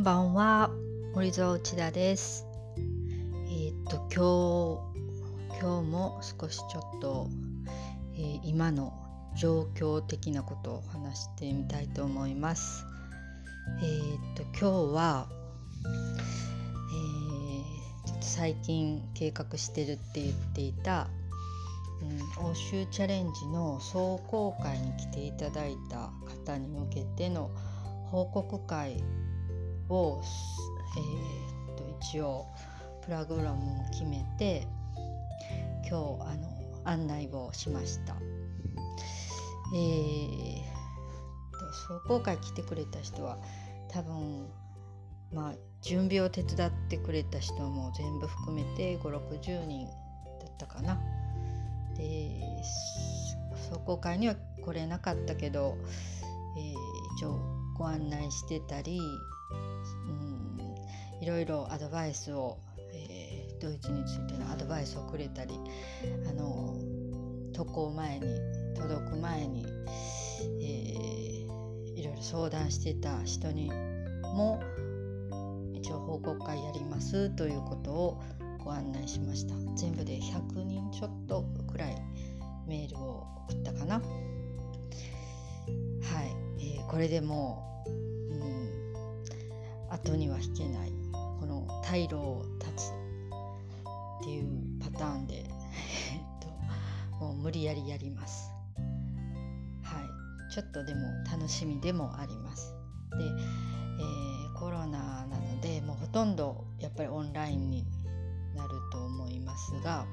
ばんは、森蔵内田です。今日も少しちょっと、今の状況的なことを話してみたいと思います。今日は、ちょっと最近計画してるって言っていた、欧州チャレンジの壮行会に来ていただいた方に向けての報告会を、一応プログラムを決めて今日案内をしました。壮行会来てくれた人は多分準備を手伝ってくれた人も全部含めて5、60人だったかな。で、壮行会には来れなかったけど、一応ご案内してたり、いろいろアドバイスを、ドイツについてのアドバイスをくれたり、届く前に、いろいろ相談してた人にも一応報告会やりますということをご案内しました。全部で100人ちょっとくらいメールを送ったかな。はい、これでも後には引けないこの退路を断つっていうパターンでもう無理やりやります。はい、ちょっとでも楽しみでもあります。で、コロナなのでもうほとんどやっぱりオンラインになると思いますが、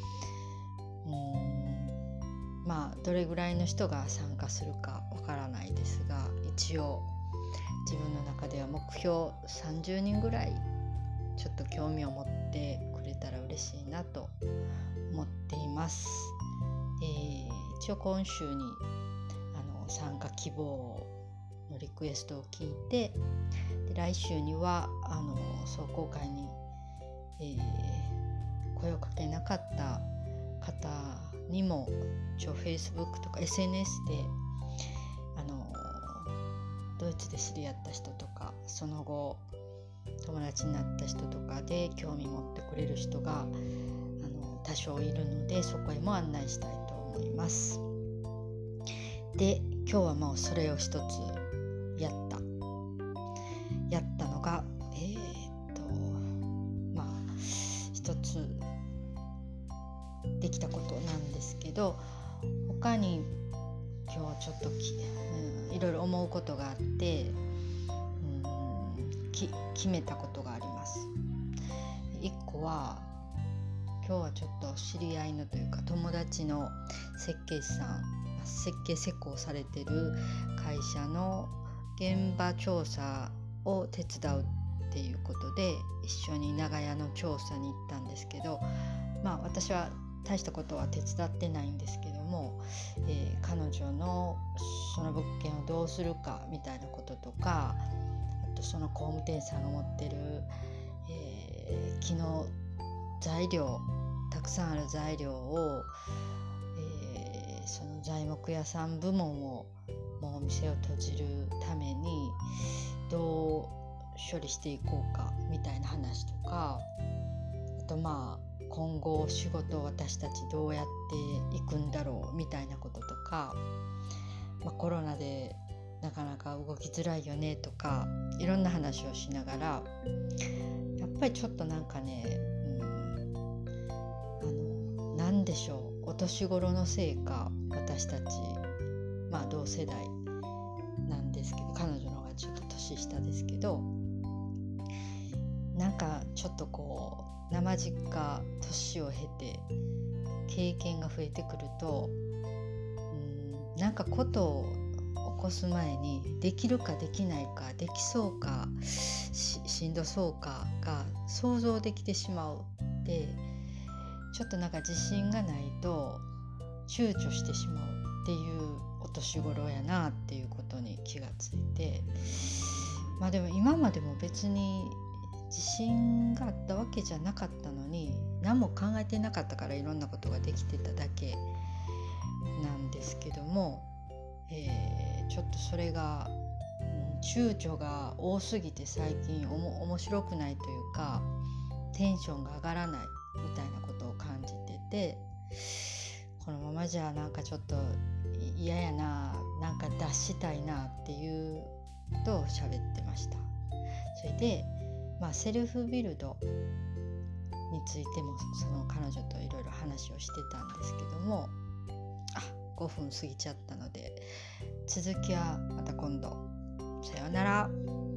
どれぐらいの人が参加するかわからないですが、一応自分の中では目標30人ぐらいちょっと興味を持ってくれたら嬉しいなと思っています。一応今週に参加希望のリクエストを聞いて、で来週には壮行会に、声をかけなかった方にも一応 Facebook とか SNS でドイツで知り合った人とか、その後友達になった人とかで興味持ってくれる人が多少いるので、そこへも案内したいと思います。で、今日はもうそれを一つやったのが一つできたことなんですけど、他に今日ちょっといろいろ思うことがあって決めたことがあります。一個は、今日はちょっと知り合いのというか友達の設計士さん、設計施工されてる会社の現場調査を手伝うっていうことで一緒に長屋の調査に行ったんですけど、私は大したことは手伝ってないんですけども、彼女のその物件をどうするかみたいなこととか、あとその工務店さんが持ってる、木の材料、たくさんある材料を、その材木屋さん部門をもうお店を閉じるためにどう処理していこうかみたいな話とか、あと今後仕事を私たちどうやっていくんだろうみたいなこととか、コロナでなかなか動きづらいよねとか、いろんな話をしながら、やっぱりちょっとなんでしょう、お年頃のせいか、私たち同世代なんですけど、彼女の方がちょっと年下ですけど、ちょっと生実家、年を経て経験が増えてくると、ことを起こす前にできるかできないか、できそうか しんどそうかが想像できてしまう。で、ちょっと自信がないと躊躇してしまうっていうお年頃やなっていうことに気がついて、でも今までも別に自信があったわけじゃなかったのに、何も考えてなかったからいろんなことができてただけなんですけども、ちょっとそれが、 躊躇が多すぎて最近面白くないというかテンションが上がらないみたいなことを感じてて、このままじゃなんかちょっと嫌やな、なんか脱したいなっていうことを喋ってました。それで、セルフビルドについてもその彼女といろいろ話をしてたんですけども、5分過ぎちゃったので続きはまた今度。さようなら。